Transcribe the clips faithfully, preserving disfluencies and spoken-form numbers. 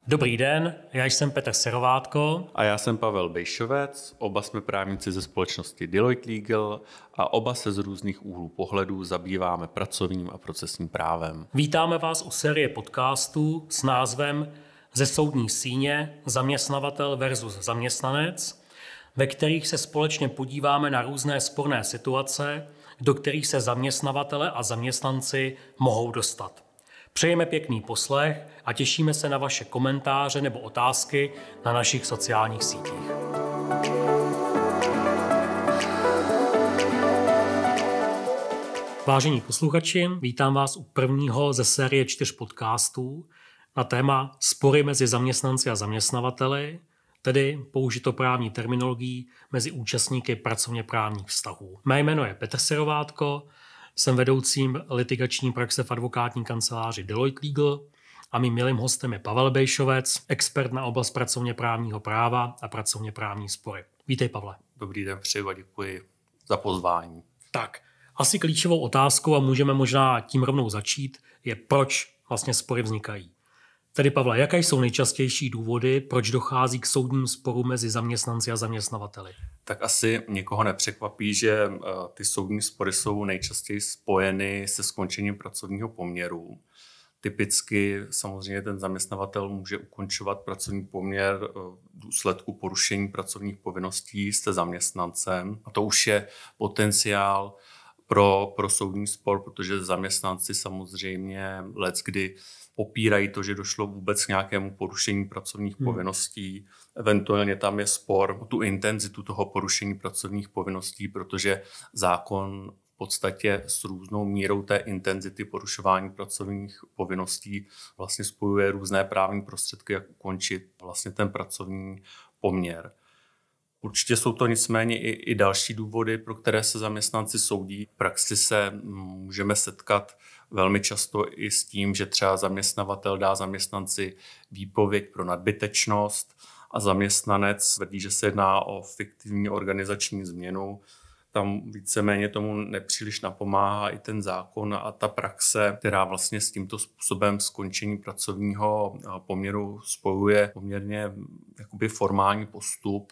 Dobrý den, já jsem Petr Serovátko. A já jsem Pavel Bejšovec, oba jsme právníci ze společnosti Deloitte Legal a oba se z různých úhlů pohledů zabýváme pracovním a procesním právem. Vítáme vás u série podcastů s názvem Ze soudní síně zaměstnavatel versus zaměstnanec, ve kterých se společně podíváme na různé sporné situace, do kterých se zaměstnavatele a zaměstnanci mohou dostat. Přejeme pěkný poslech a těšíme se na vaše komentáře nebo otázky na našich sociálních sítích. Vážení posluchači, vítám vás u prvního ze série čtyř podcastů na téma spory mezi zaměstnanci a zaměstnavateli, tedy použitoprávní terminologií mezi účastníky pracovně právních vztahů. Mé jméno je Petr Serovátko, jsem vedoucím litigační praxe v advokátní kanceláři Deloitte Legal a mým milým hostem je Pavel Bejšovec, expert na oblast pracovně právního práva a pracovně právní spory. Vítej, Pavle. Dobrý den, přeju a děkuji za pozvání. Tak, asi klíčovou otázkou, a můžeme možná tím rovnou začít, je, proč vlastně spory vznikají. Tedy, Pavle, jaké jsou nejčastější důvody, proč dochází k soudním sporům mezi zaměstnanci a zaměstnavateli? Tak asi někoho nepřekvapí, že ty soudní spory jsou nejčastěji spojeny se skončením pracovního poměru. Typicky samozřejmě ten zaměstnavatel může ukončovat pracovní poměr v důsledku porušení pracovních povinností se zaměstnancem. A to už je potenciál pro, pro soudní spor, protože zaměstnanci samozřejmě leckdy popírají to, že došlo vůbec k nějakému porušení pracovních hmm. povinností. Eventuálně tam je spor o tu intenzitu toho porušení pracovních povinností, protože zákon v podstatě s různou mírou té intenzity porušování pracovních povinností vlastně spojuje různé právní prostředky, jak ukončit vlastně ten pracovní poměr. Určitě jsou to nicméně i, i další důvody, pro které se zaměstnanci soudí. V praxi se můžeme setkat velmi často i s tím, že třeba zaměstnavatel dá zaměstnanci výpověď pro nadbytečnost a zaměstnanec tvrdí, že se jedná o fiktivní organizační změnu. Tam víceméně tomu nepříliš napomáhá i ten zákon a ta praxe, která vlastně s tímto způsobem skončení pracovního poměru spojuje poměrně jakoby formální postup.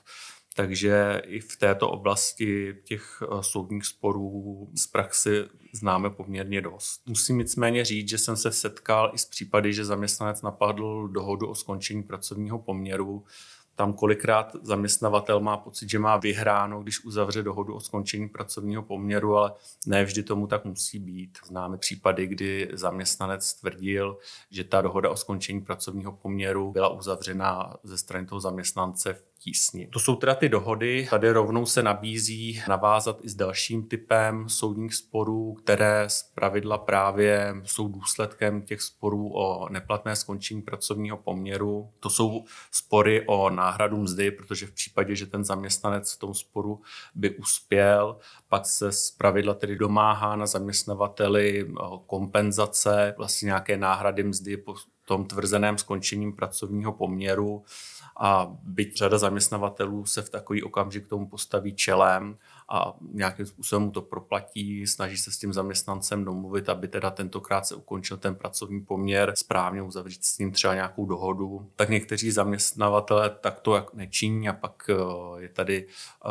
Takže i v této oblasti těch soudních sporů z praxi známe poměrně dost. Musím nicméně říct, že jsem se setkal i s případy, že zaměstnanec napadl dohodu o skončení pracovního poměru. Tam kolikrát zaměstnavatel má pocit, že má vyhráno, když uzavře dohodu o skončení pracovního poměru, ale ne vždy tomu tak musí být. Známe případy, kdy zaměstnanec tvrdil, že ta dohoda o skončení pracovního poměru byla uzavřena ze strany toho zaměstnance v tísni. To jsou teda ty dohody. Tady rovnou se nabízí navázat i s dalším typem soudních sporů, které zpravidla právě jsou důsledkem těch sporů o neplatné skončení pracovního poměru. To jsou spory o náhradu mzdy, protože v případě, že ten zaměstnanec v tom sporu by uspěl, pak se zpravidla tedy domáhá na zaměstnavateli kompenzace, vlastně nějaké náhrady mzdy po tom tvrzeném skončením pracovního poměru. A byť řada zaměstnavatelů se v takový okamžik k tomu postaví čelem a nějakým způsobem mu to proplatí, snaží se s tím zaměstnancem domluvit, aby teda tentokrát se ukončil ten pracovní poměr, správně uzavřít s ním třeba nějakou dohodu. Tak někteří zaměstnavatelé takto nečiní a pak je tady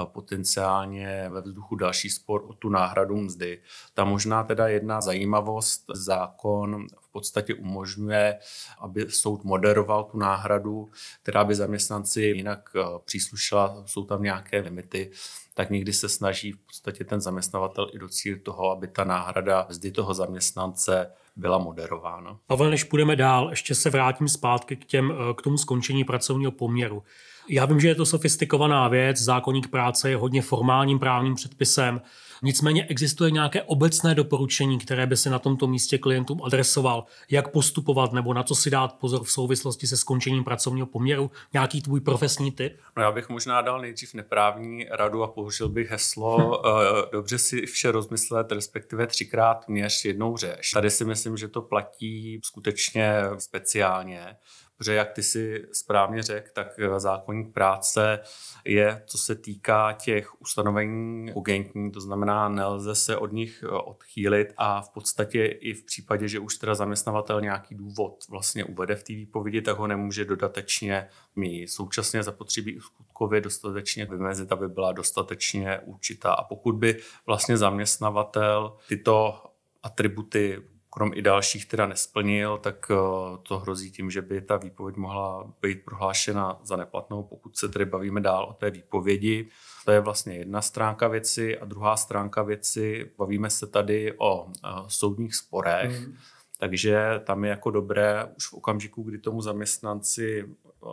potenciálně ve vzduchu další spor o tu náhradu mzdy. Ta možná teda jedna zajímavost, zákon v podstatě umožňuje, aby soud moderoval tu náhradu, která by zaměstnanci jinak příslušela, jsou tam nějaké limity, tak někdy se snaží v podstatě ten zaměstnavatel i docílit toho, aby ta náhrada mzdy toho zaměstnance byla moderována. Pavel, než půjdeme dál, ještě se vrátím zpátky k, těm, k tomu skončení pracovního poměru. Já vím, že je to sofistikovaná věc, zákoník práce je hodně formálním právním předpisem, nicméně existuje nějaké obecné doporučení, které by se na tomto místě klientům adresoval, jak postupovat nebo na co si dát pozor v souvislosti se skončením pracovního poměru, nějaký tvůj profesní tip? No já bych možná dal nejdřív neprávní radu a použil bych heslo dobře si vše rozmyslet, respektive třikrát měř, jednou řeš. Tady si myslím, že to platí skutečně speciálně, Protože jak ty si správně řekl, tak zákoník práce je, co se týká těch ustanovení kogentní, to znamená, nelze se od nich odchýlit a v podstatě i v případě, že už teda zaměstnavatel nějaký důvod vlastně uvede v té výpovědi, tak ho nemůže dodatečně mít. Současně zapotřebí skutkově dostatečně vymezit, aby byla dostatečně určitá. A pokud by vlastně zaměstnavatel tyto atributy krom i dalších teda nesplnil, tak to hrozí tím, že by ta výpověď mohla být prohlášena za neplatnou, pokud se tedy bavíme dál o té výpovědi. To je vlastně jedna stránka věci a druhá stránka věci, bavíme se tady o soudních sporech, mm. takže tam je jako dobré už v okamžiku, kdy tomu zaměstnanci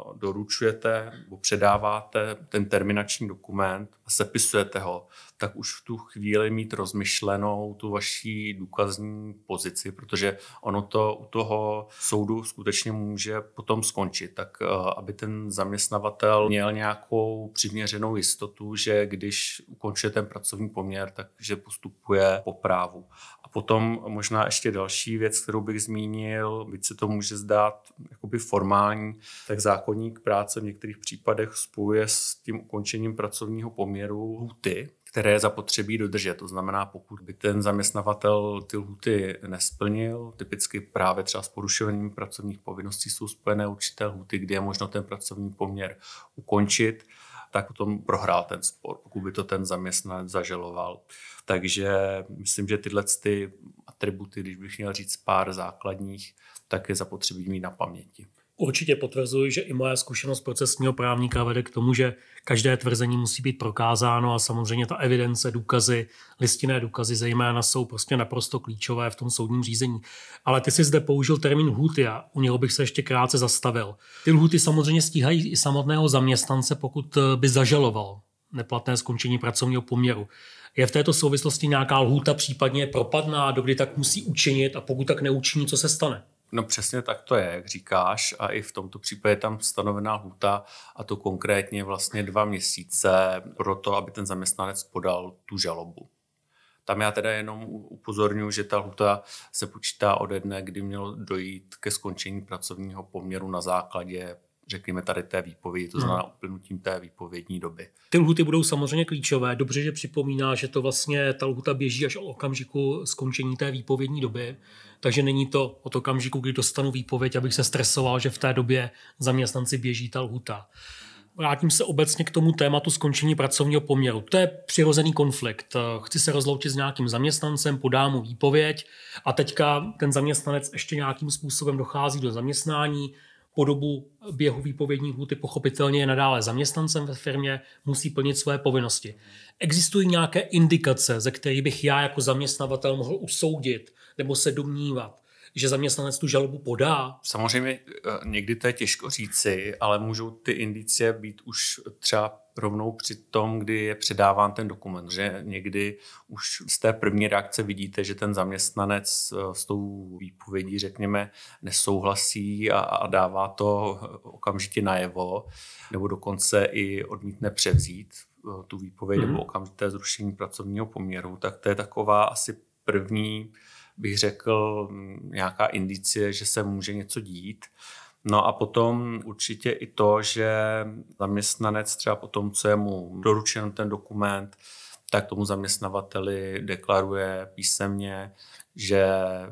doručujete nebo předáváte ten terminační dokument a sepisujete ho, tak už v tu chvíli mít rozmyšlenou tu vaší důkazní pozici, protože ono to u toho soudu skutečně může potom skončit, tak aby ten zaměstnavatel měl nějakou přiměřenou jistotu, že když ukončuje ten pracovní poměr, takže postupuje po právu. A potom možná ještě další věc, kterou bych zmínil, byť se to může zdát jakoby formální, tak zákoník práce v některých případech spojuje s tím ukončením pracovního poměru lhůty, které je zapotřebí dodržet. To znamená, pokud by ten zaměstnavatel ty lhůty nesplnil, typicky právě třeba s porušováním pracovních povinností jsou spojené určité lhůty, kdy je možno ten pracovní poměr ukončit, tak potom prohrál ten spor, pokud by to ten zaměstnanec zažaloval. Takže myslím, že tyhle ty atributy, když bych měl říct pár základních, tak je zapotřebí mít na paměti. Určitě potvrzuji, že i moje zkušenost procesního právníka vede k tomu, že každé tvrzení musí být prokázáno a samozřejmě ta evidence, důkazy, listinné důkazy zejména jsou prostě naprosto klíčové v tom soudním řízení. Ale ty jsi zde použil termín lhůty a u něho bych se ještě krátce zastavil. Ty lhůty samozřejmě stíhají i samotného zaměstnance, pokud by zažaloval neplatné skončení pracovního poměru. Je v této souvislosti nějaká lhůta případně propadná, dokdy tak musí učinit a pokud tak neučiní, co se stane? No přesně tak to je, jak říkáš, a i v tomto případě je tam stanovená lhůta a to konkrétně vlastně dva měsíce pro to, aby ten zaměstnanec podal tu žalobu. Tam já teda jenom upozorňuji, že ta lhůta se počítá ode dne, kdy mělo dojít ke skončení pracovního poměru na základě, řekněme tady té výpovědi, to znamená uplynutím té výpovědní doby. Ty lhuty budou samozřejmě klíčové. Dobře, že připomíná, že to vlastně ta lhuta běží až od okamžiku skončení té výpovědní doby. Takže není to od okamžiku, kdy dostanu výpověď, abych se stresoval, že v té době zaměstnanci běží ta lhuta. Vrátím se obecně k tomu tématu skončení pracovního poměru. To je přirozený konflikt. Chci se rozloučit s nějakým zaměstnancem, podám mu výpověď a teďka ten zaměstnanec ještě nějakým způsobem dochází do zaměstnání. Po dobu běhu výpovědní lhůty pochopitelně je nadále zaměstnancem ve firmě, musí plnit své povinnosti. Existují nějaké indikace, ze kterých bych já jako zaměstnavatel mohl usoudit nebo se domnívat, že zaměstnanec tu žalobu podá? Samozřejmě někdy to je těžko říci, ale můžou ty indicie být už třeba rovnou při tom, kdy je předáván ten dokument, že někdy už z té první reakce vidíte, že ten zaměstnanec s tou výpovědí, řekněme, nesouhlasí a, a dává to okamžitě najevo, nebo dokonce i odmítne převzít tu výpověď mm-hmm. nebo okamžité zrušení pracovního poměru, tak to je taková asi první, bych řekl, nějaká indicie, že se může něco dít. No a potom určitě i to, že zaměstnanec třeba po tom, co je mu doručen ten dokument, tak tomu zaměstnavateli deklaruje písemně, že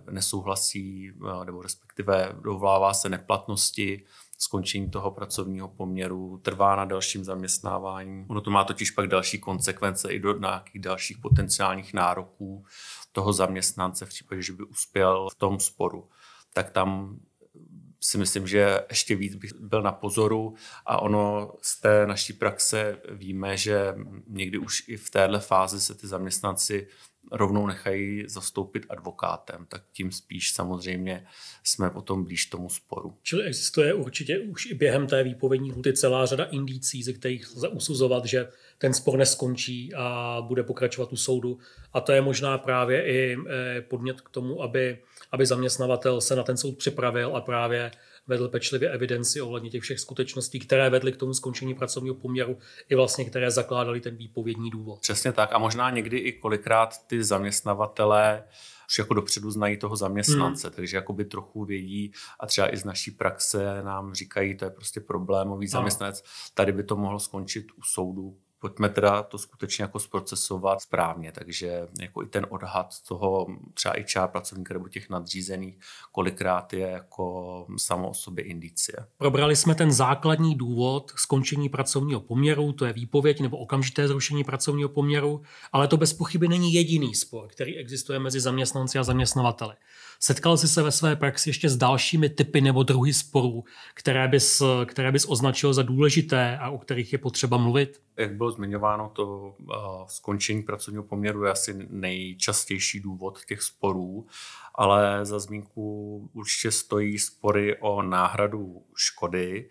nesouhlasí nebo respektive dovolává se neplatnosti skončení toho pracovního poměru, trvá na dalším zaměstnávání. Ono to má totiž pak další konsekvence i do nějakých dalších potenciálních nároků toho zaměstnance v případě, že by uspěl v tom sporu. Tak tam si myslím, že ještě víc bych byl na pozoru a ono z té naší praxe víme, že někdy už i v téhle fázi se ty zaměstnanci rovnou nechají zastoupit advokátem, tak tím spíš samozřejmě jsme potom blíž tomu sporu. Čili existuje určitě už i během té výpovědní lhůty celá řada indicí, ze kterých lze usuzovat, že ten spor neskončí a bude pokračovat u soudu. A to je možná právě i podnět k tomu, aby, aby zaměstnavatel se na ten soud připravil a právě vedl pečlivě evidenci ohledně těch všech skutečností, které vedly k tomu skončení pracovního poměru i vlastně které zakládaly ten výpovědní důvod. Přesně tak a možná někdy i kolikrát ty zaměstnavatelé už jako dopředu znají toho zaměstnance, hmm. takže jakoby trochu vědí a třeba i z naší praxe nám říkají, to je prostě problémový zaměstnanec, tady by to mohlo skončit u soudu. Pojďme teda to skutečně jako zprocesovat správně, takže jako i ten odhad toho třeba i čára pracovníka nebo těch nadřízených, kolikrát je jako samo o sobě indicie. Probrali jsme ten základní důvod skončení pracovního poměru, to je výpověď nebo okamžité zrušení pracovního poměru, ale to bez pochyby není jediný spor, který existuje mezi zaměstnanci a zaměstnavateli. Setkal jsi se ve své praxi ještě s dalšími typy nebo druhy sporů, které bys, které bys označil za důležité a o kterých je potřeba mluvit? Jak bylo zmiňováno, to uh, skončení pracovního poměru je asi nejčastější důvod těch sporů, ale za zmínku určitě stojí spory o náhradu škody,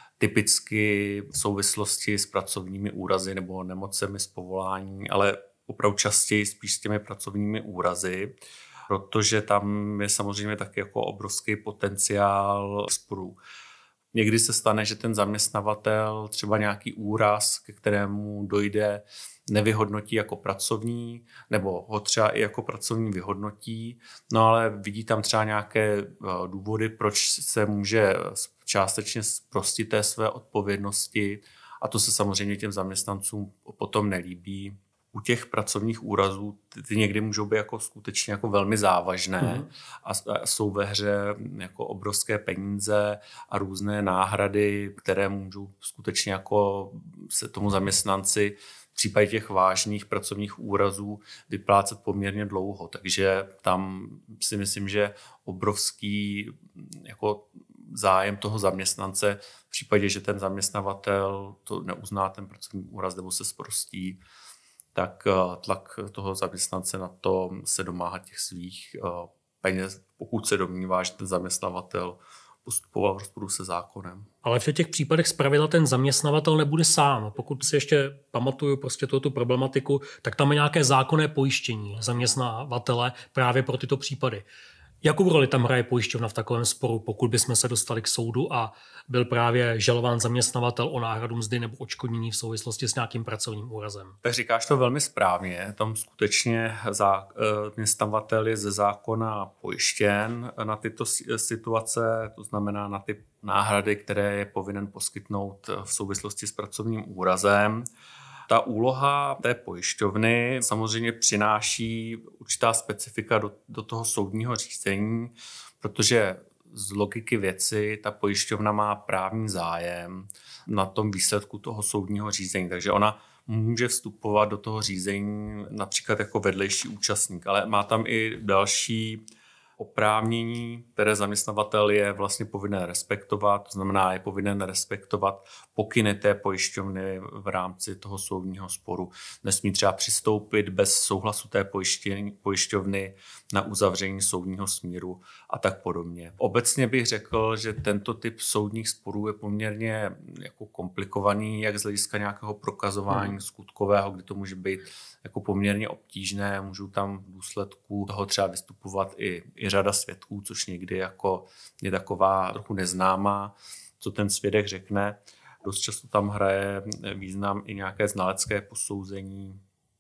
typicky v souvislosti s pracovními úrazy nebo nemocemi z povolání, ale opravdu častěji spíš s těmi pracovními úrazy, protože tam je samozřejmě taky jako obrovský potenciál sporů. Někdy se stane, že ten zaměstnavatel třeba nějaký úraz, ke kterému dojde, nevyhodnotí jako pracovní, nebo ho třeba i jako pracovní vyhodnotí, no ale vidí tam třeba nějaké důvody, proč se může částečně zprostit té své odpovědnosti a to se samozřejmě těm zaměstnancům potom nelíbí. U těch pracovních úrazů ty někdy můžou být jako skutečně jako velmi závažné mm. a jsou ve hře jako obrovské peníze a různé náhrady, které můžou skutečně jako se tomu zaměstnanci v případě těch vážných pracovních úrazů vyplácet poměrně dlouho. Takže tam si myslím, že obrovský jako zájem toho zaměstnance v případě, že ten zaměstnavatel to neuzná ten pracovní úraz nebo se zprostí, tak tlak toho zaměstnance na to se domáhat těch svých peněz, pokud se domnívá, že ten zaměstnavatel postupoval v rozporu se zákonem. Ale v těch případech zpravidla ten zaměstnavatel nebude sám. Pokud si ještě pamatuju prostě tu problematiku, tak tam je nějaké zákonné pojištění zaměstnavatele právě pro tyto případy. Jakou roli tam hraje pojišťovna v takovém sporu, pokud bychom se dostali k soudu a byl právě žalován zaměstnavatel o náhradu mzdy nebo odškodnění v souvislosti s nějakým pracovním úrazem? Tak říkáš to velmi správně. Tam skutečně zaměstnavatel je ze zákona pojištěn na tyto situace, to znamená na ty náhrady, které je povinen poskytnout v souvislosti s pracovním úrazem. Ta úloha té pojišťovny samozřejmě přináší určitá specifika do, do toho soudního řízení, protože z logiky věci ta pojišťovna má právní zájem na tom výsledku toho soudního řízení, takže ona může vstupovat do toho řízení například jako vedlejší účastník, ale má tam i další oprávnění, které zaměstnavatel je vlastně povinen respektovat, to znamená, je povinen respektovat pokyny té pojišťovny v rámci toho soudního sporu. Nesmí třeba přistoupit bez souhlasu té pojišťovny na uzavření soudního smíru a tak podobně. Obecně bych řekl, že tento typ soudních sporů je poměrně jako komplikovaný, jak z hlediska nějakého prokazování hmm. skutkového, kdy to může být jako poměrně obtížné, můžou tam v důsledku toho třeba vystupovat i, i řada svědků, což někdy jako je taková trochu neznámá, co ten svědek řekne. Dost často tam hraje význam i nějaké znalecké posouzení.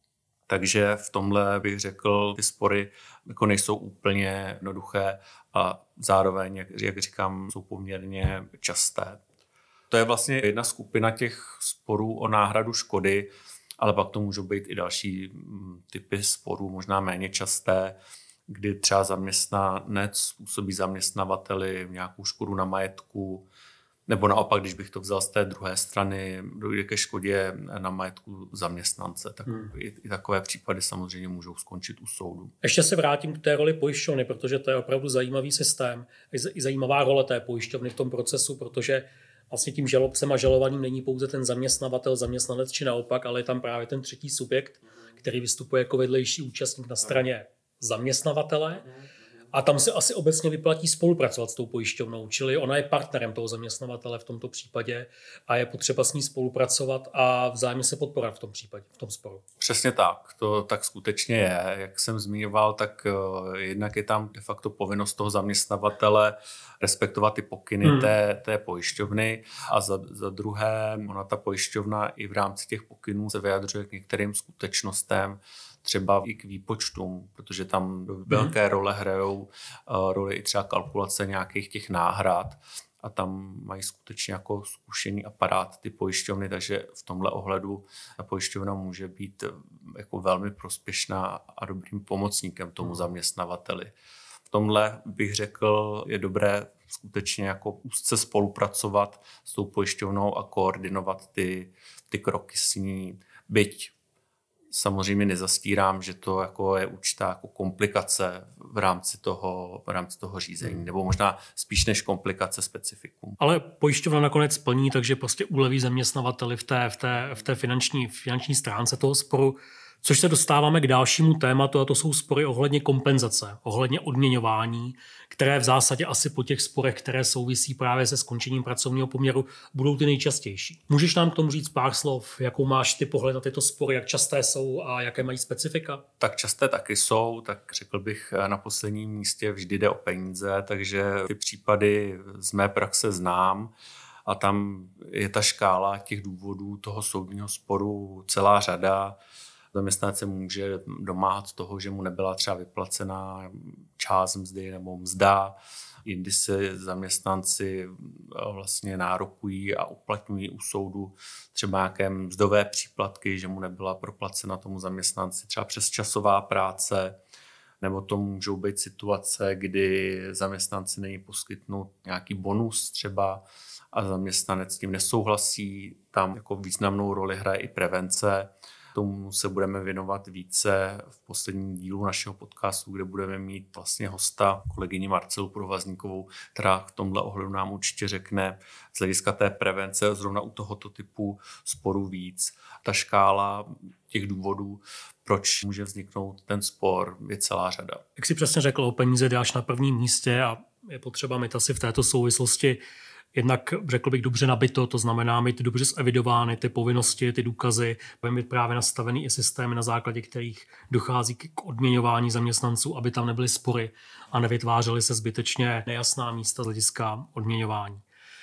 Takže v tomhle bych řekl, ty spory jako nejsou úplně jednoduché a zároveň, jak, jak říkám, jsou poměrně časté. To je vlastně jedna skupina těch sporů o náhradu škody, ale pak to můžou být i další typy sporů, možná méně časté, kdy třeba zaměstnanec způsobí zaměstnavateli nějakou škodu na majetku, nebo naopak, když bych to vzal z té druhé strany, dojde ke škodě na majetku zaměstnance, tak hmm. i, i takové případy samozřejmě můžou skončit u soudu. Ještě se vrátím k té roli pojišťovny, protože to je opravdu zajímavý systém, i zajímavá role té pojišťovny v tom procesu, protože vlastně tím žalobcem a žalovaným není pouze ten zaměstnavatel, zaměstnanec či naopak, ale je tam právě ten třetí subjekt, který vystupuje jako vedlejší účastník na straně zaměstnavatele A tam se asi obecně vyplatí spolupracovat s tou pojišťovnou, čili ona je partnerem toho zaměstnavatele v tomto případě a je potřeba s ní spolupracovat a vzájemně se podporovat v tom případě, v tom sporu. Přesně tak, to tak skutečně je. Jak jsem zmiňoval, tak uh, jednak je tam de facto povinnost toho zaměstnavatele respektovat ty pokyny hmm. té, té pojišťovny a za, za druhé, ona ta pojišťovna i v rámci těch pokynů se vyjadřuje k některým skutečnostem, třeba i k výpočtům, protože tam do velké role hrajou uh, roli i třeba kalkulace nějakých těch náhrad a tam mají skutečně jako zkušený aparát ty pojišťovny, takže v tomhle ohledu ta pojišťovna může být jako velmi prospěšná a dobrým pomocníkem tomu zaměstnavateli. V tomhle bych řekl, je dobré skutečně jako úzce spolupracovat s tou pojišťovnou a koordinovat ty, ty kroky s ní, byť samozřejmě nezastírám, že to jako je určitá jako komplikace v rámci toho, v rámci toho řízení, nebo možná spíš než komplikace specifikum. Ale pojišťovna nakonec plní, takže prostě uleví zaměstnavateli v té, v té, v té finanční, finanční stránce toho sporu, což se dostáváme k dalšímu tématu a to jsou spory ohledně kompenzace, ohledně odměňování, které v zásadě asi po těch sporech, které souvisí právě se skončením pracovního poměru, budou ty nejčastější. Můžeš nám k tomu říct pár slov, jakou máš ty pohled na tyto spory, jak časté jsou a jaké mají specifika? Tak časté taky jsou, tak řekl bych na posledním místě vždy jde o peníze, takže ty případy z mé praxe znám. A tam je ta škála těch důvodů toho soudního sporu celá řada. Zaměstnanec se může domáhat toho, že mu nebyla třeba vyplacená část mzdy nebo mzda. Jindy se zaměstnanci vlastně nárokují a uplatňují u soudu třeba nějaké mzdové příplatky, že mu nebyla proplacena tomu zaměstnanci třeba přesčasová práce. Nebo to můžou být situace, kdy zaměstnanci není poskytnut nějaký bonus třeba a zaměstnanec s tím nesouhlasí. Tam jako významnou roli hraje i prevence. Tomu se budeme věnovat více v posledním dílu našeho podcastu, kde budeme mít vlastně hosta, kolegyni Marcelu Provazníkovou, která v tomhle ohledu nám určitě řekne z hlediska té prevence zrovna u tohoto typu sporu víc. Ta škála těch důvodů, proč může vzniknout ten spor, je celá řada. Jak jsi přesně řekl, o peníze dáš na prvním místě a je potřeba mít asi v této souvislosti jednak, řekl bych, dobře nabito, to znamená mít dobře zevidovány ty povinnosti, ty důkazy, mít právě nastavený i systémy, na základě kterých dochází k odměňování zaměstnanců, aby tam nebyly spory a nevytvářely se zbytečně nejasná místa z hlediska odměňování.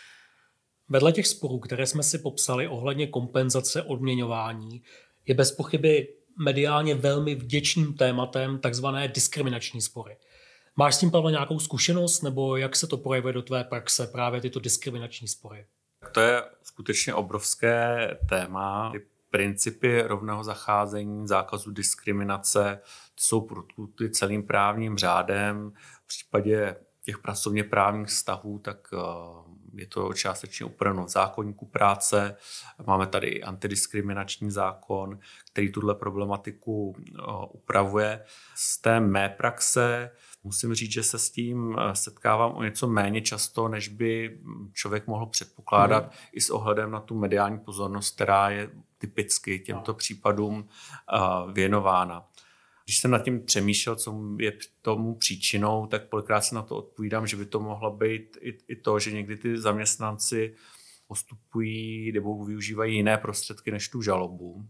Vedle těch sporů, které jsme si popsali ohledně kompenzace odměňování, je bez pochyby mediálně velmi vděčným tématem takzvané diskriminační spory. Máš s tím, Pavle, nějakou zkušenost, nebo jak se to projevuje do tvé praxe, právě tyto diskriminační spory? To je skutečně obrovské téma. Ty principy rovného zacházení, zákazu diskriminace jsou protnuty celým právním řádem. V případě těch pracovně právních vztahů, tak je to částečně upraveno v zákoníku práce. Máme tady i antidiskriminační zákon, který tuhle problematiku upravuje. Z té mé praxe musím říct, že se s tím setkávám o něco méně často, než by člověk mohl předpokládat, mm. i s ohledem na tu mediální pozornost, která je typicky těmto případům věnována. Když jsem nad tím přemýšlel, co je tomu příčinou, tak kolikrát si na to odpovídám, že by to mohlo být i, i to, že někdy ty zaměstnanci postupují nebo využívají jiné prostředky než tu žalobu.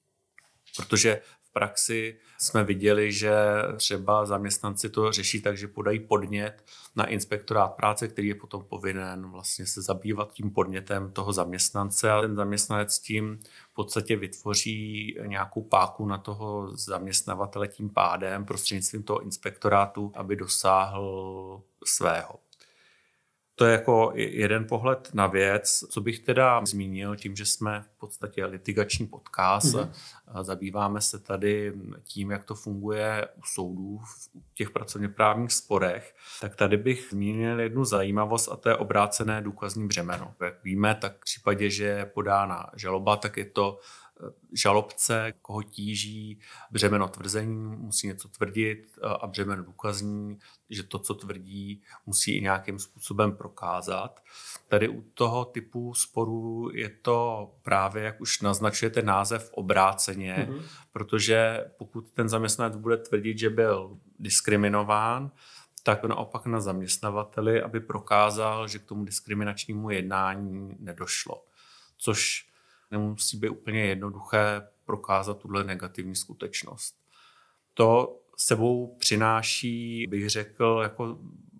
Protože v praxi jsme viděli, že třeba zaměstnanci to řeší tak, že podají podnět na inspektorát práce, který je potom povinen vlastně se zabývat tím podnětem toho zaměstnance a ten zaměstnanec tím v podstatě vytvoří nějakou páku na toho zaměstnavatele tím pádem prostřednictvím toho inspektorátu, aby dosáhl svého. To je jako jeden pohled na věc. Co bych teda zmínil, tím, že jsme v podstatě litigační podcast, mm. zabýváme se tady tím, jak to funguje u soudů v těch pracovně právních sporech, tak tady bych zmínil jednu zajímavost a to je obrácené důkazní břemeno. Jak víme, tak v případě, že je podána žaloba, tak je to žalobce, koho tíží břemeno tvrzení, musí něco tvrdit a břemeno důkazní, že to, co tvrdí, musí i nějakým způsobem prokázat. Tady u toho typu sporů je to právě, jak už naznačuje ten název, obráceně, mm-hmm. protože pokud ten zaměstnanec bude tvrdit, že byl diskriminován, tak naopak na zaměstnavateli, aby prokázal, že k tomu diskriminačnímu jednání nedošlo. Což nemusí být úplně jednoduché prokázat tuhle negativní skutečnost. To sebou přináší, bych řekl, jako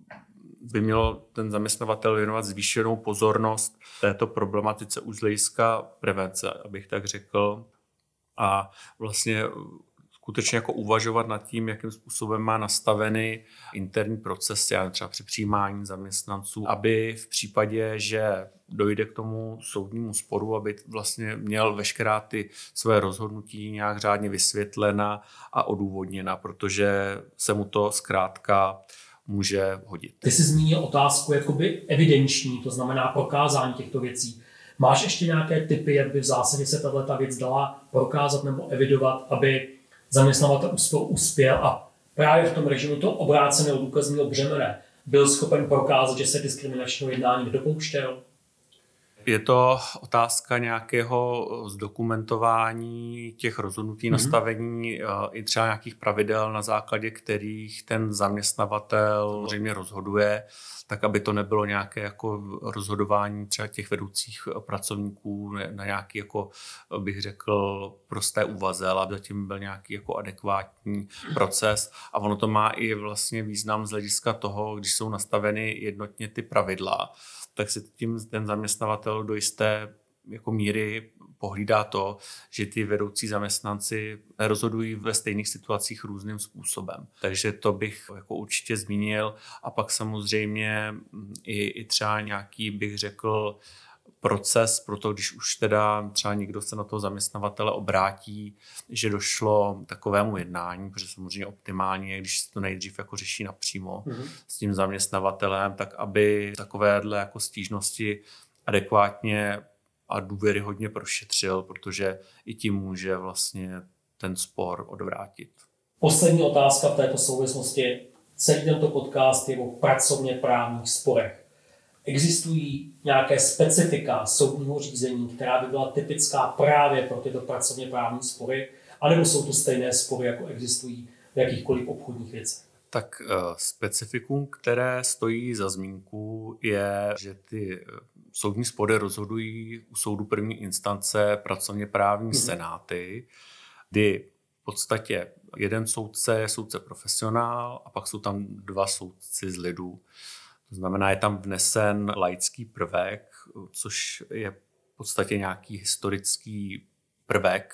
by měl ten zaměstnavatel věnovat zvýšenou pozornost této problematice už z hlediska prevence, abych tak řekl. A vlastně skutečně jako uvažovat nad tím, jakým způsobem má nastaveny interní procesy, třeba při přijímání zaměstnanců, aby v případě, že dojde k tomu soudnímu sporu, aby vlastně měl veškerá ty své rozhodnutí nějak řádně vysvětlena a odůvodněna, protože se mu to zkrátka může hodit. Ty jsi zmínil otázku jakoby evidenční, to znamená prokázání těchto věcí. Máš ještě nějaké tipy, jak by v zásadě se tato věc dala prokázat nebo evidovat, aby zaměstnavatel uspěl a právě v tom režimu toho obráceného důkazního břemene byl schopen prokázat, že se diskriminačního jednání nedopouštěl? Je to otázka nějakého zdokumentování těch rozhodnutí, mm-hmm. nastavení i třeba nějakých pravidel, na základě kterých ten zaměstnavatel samozřejmě rozhoduje, tak aby to nebylo nějaké jako rozhodování třeba těch vedoucích pracovníků na nějaký, jako bych řekl, prosté úvaze, ale aby zatím byl nějaký jako adekvátní proces. A ono to má i vlastně význam z hlediska toho, když jsou nastaveny jednotně ty pravidla, tak si tím ten zaměstnavatel do jisté jako míry pohlídá to, že ty vedoucí zaměstnanci rozhodují ve stejných situacích různým způsobem. Takže to bych jako určitě zmínil. A pak samozřejmě i, i třeba nějaký, bych řekl, proces pro to, když už teda třeba někdo se na toho zaměstnavatele obrátí, že došlo k takovému jednání, protože samozřejmě optimálně je, když se to nejdřív jako řeší napřímo mm-hmm. s tím zaměstnavatelem, tak aby takovéhle jako stížnosti adekvátně a důvěryhodně prošetřil, protože i tím může vlastně ten spor odvrátit. Poslední otázka v této souvislosti. Celý tento podcast je o pracovně právních sporech. Existují nějaké specifika soudního řízení, která by byla typická právě pro tyto pracovně právní spory, anebo jsou to stejné spory, jako existují v jakýchkoliv obchodních věcech? Tak specifikum, které stojí za zmínku, je, že ty soudní spory rozhodují u soudu první instance pracovně právní mm-hmm. senáty, kdy v podstatě jeden soudce je soudce profesionál a pak jsou tam dva soudci z lidu. To znamená, je tam vnesen laický prvek, což je v podstatě nějaký historický prvek,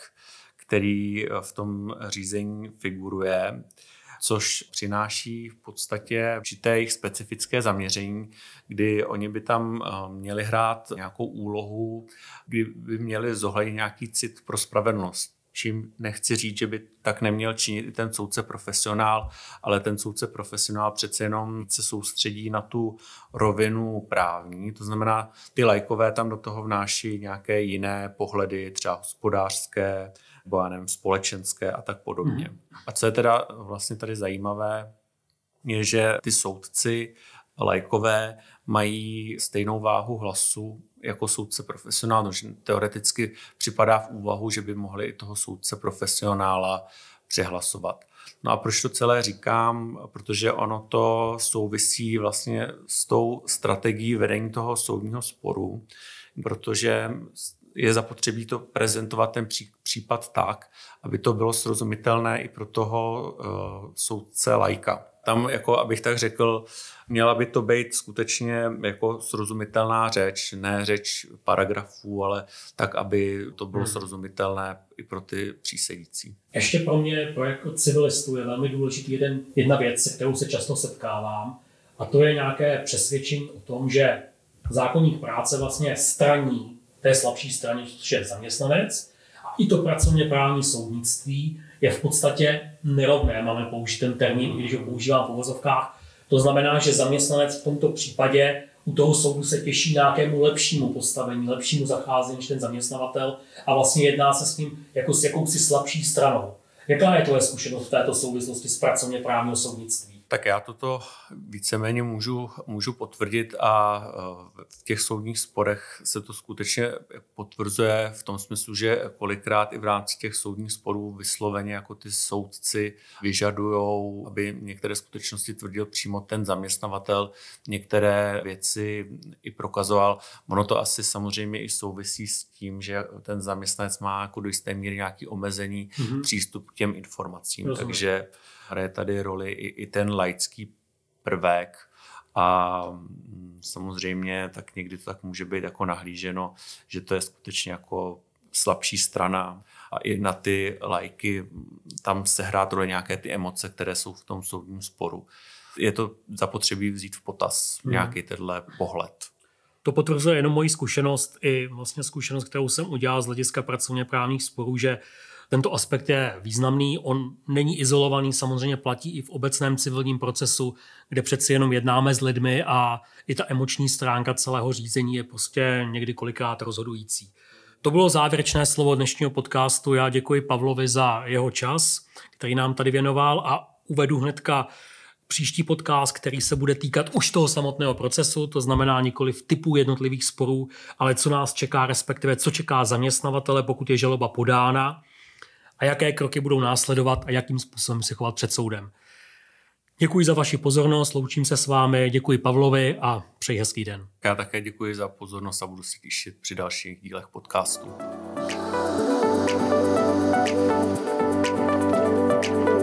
který v tom řízení figuruje, což přináší v podstatě určité jejich specifické zaměření, kdy oni by tam měli hrát nějakou úlohu, kdy by měli zohlednit nějaký cit pro spravedlnost. Čím nechci říct, že by tak neměl činit i ten soudce profesionál, ale ten soudce profesionál přece jenom se soustředí na tu rovinu právní. To znamená, ty laikové tam do toho vnáší nějaké jiné pohledy, třeba hospodářské, nebo já nevím, společenské a tak podobně. Mm. A co je teda vlastně tady zajímavé, je, že ty soudci laikové mají stejnou váhu hlasu jako soudce profesionál, že teoreticky připadá v úvahu, že by mohli i toho soudce profesionála přehlasovat. No a proč to celé říkám? Protože ono to souvisí vlastně s tou strategií vedení toho soudního sporu, protože je zapotřebí to prezentovat ten případ tak, aby to bylo srozumitelné i pro toho uh, soudce laika. Tam, jako abych tak řekl, měla by to být skutečně jako srozumitelná řeč, ne řeč paragrafů, ale tak, aby to bylo hmm. srozumitelné i pro ty přísedící. Ještě pro mě, pro jako civilistu, je velmi důležitý jeden, jedna věc, se kterou se často setkávám, a to je nějaké přesvědčení o tom, že zákoník práce vlastně straní té slabší straně, což je zaměstnanec, a i to pracovně právní soudnictví je v podstatě nerovné. Máme použít ten termín, když ho používám v uvozovkách. To znamená, že zaměstnanec v tomto případě u toho soudu se těší nějakému lepšímu postavení, lepšímu zacházení než ten zaměstnavatel a vlastně jedná se s ním jako s jakousi slabší stranou. Jaká je tvoje zkušenost v této souvislosti s pracovně právního soudnictví? Tak já toto víceméně můžu, můžu potvrdit a v těch soudních sporech se to skutečně potvrzuje v tom smyslu, že kolikrát i v rámci těch soudních sporů vysloveně jako ty soudci vyžadujou, aby některé skutečnosti tvrdil přímo ten zaměstnavatel, některé věci i prokazoval. Ono to asi samozřejmě i souvisí s tím, že ten zaměstnanec má jako do jisté míry nějaké omezení mm-hmm. přístup k těm informacím. Rozumím. Takže hraje tady roli i, i ten laický prvek a samozřejmě tak někdy to tak může být jako nahlíženo, že to je skutečně jako slabší strana a i na ty laiky tam se hrát roli nějaké ty emoce, které jsou v tom soudním sporu. Je to zapotřebí vzít v potaz hmm. nějaký tenhle pohled. To potvrzuje jenom moji zkušenost i vlastně zkušenost, kterou jsem udělal z hlediska pracovně právních sporů, že tento aspekt je významný, on není izolovaný, samozřejmě platí i v obecném civilním procesu, kde přeci jenom jednáme s lidmi a i ta emoční stránka celého řízení je prostě někdy kolikrát rozhodující. To bylo závěrečné slovo dnešního podcastu. Já děkuji Pavlovi za jeho čas, který nám tady věnoval a uvedu hnedka příští podcast, který se bude týkat už toho samotného procesu, to znamená nikoliv typů jednotlivých sporů, ale co nás čeká, respektive co čeká zaměstnavatele, pokud je žaloba podána, a jaké kroky budou následovat a jakým způsobem se chovat před soudem. Děkuji za vaši pozornost, loučím se s vámi, děkuji Pavlovi a přeji hezký den. Já také děkuji za pozornost a budu se těšit při dalších dílech podcastu.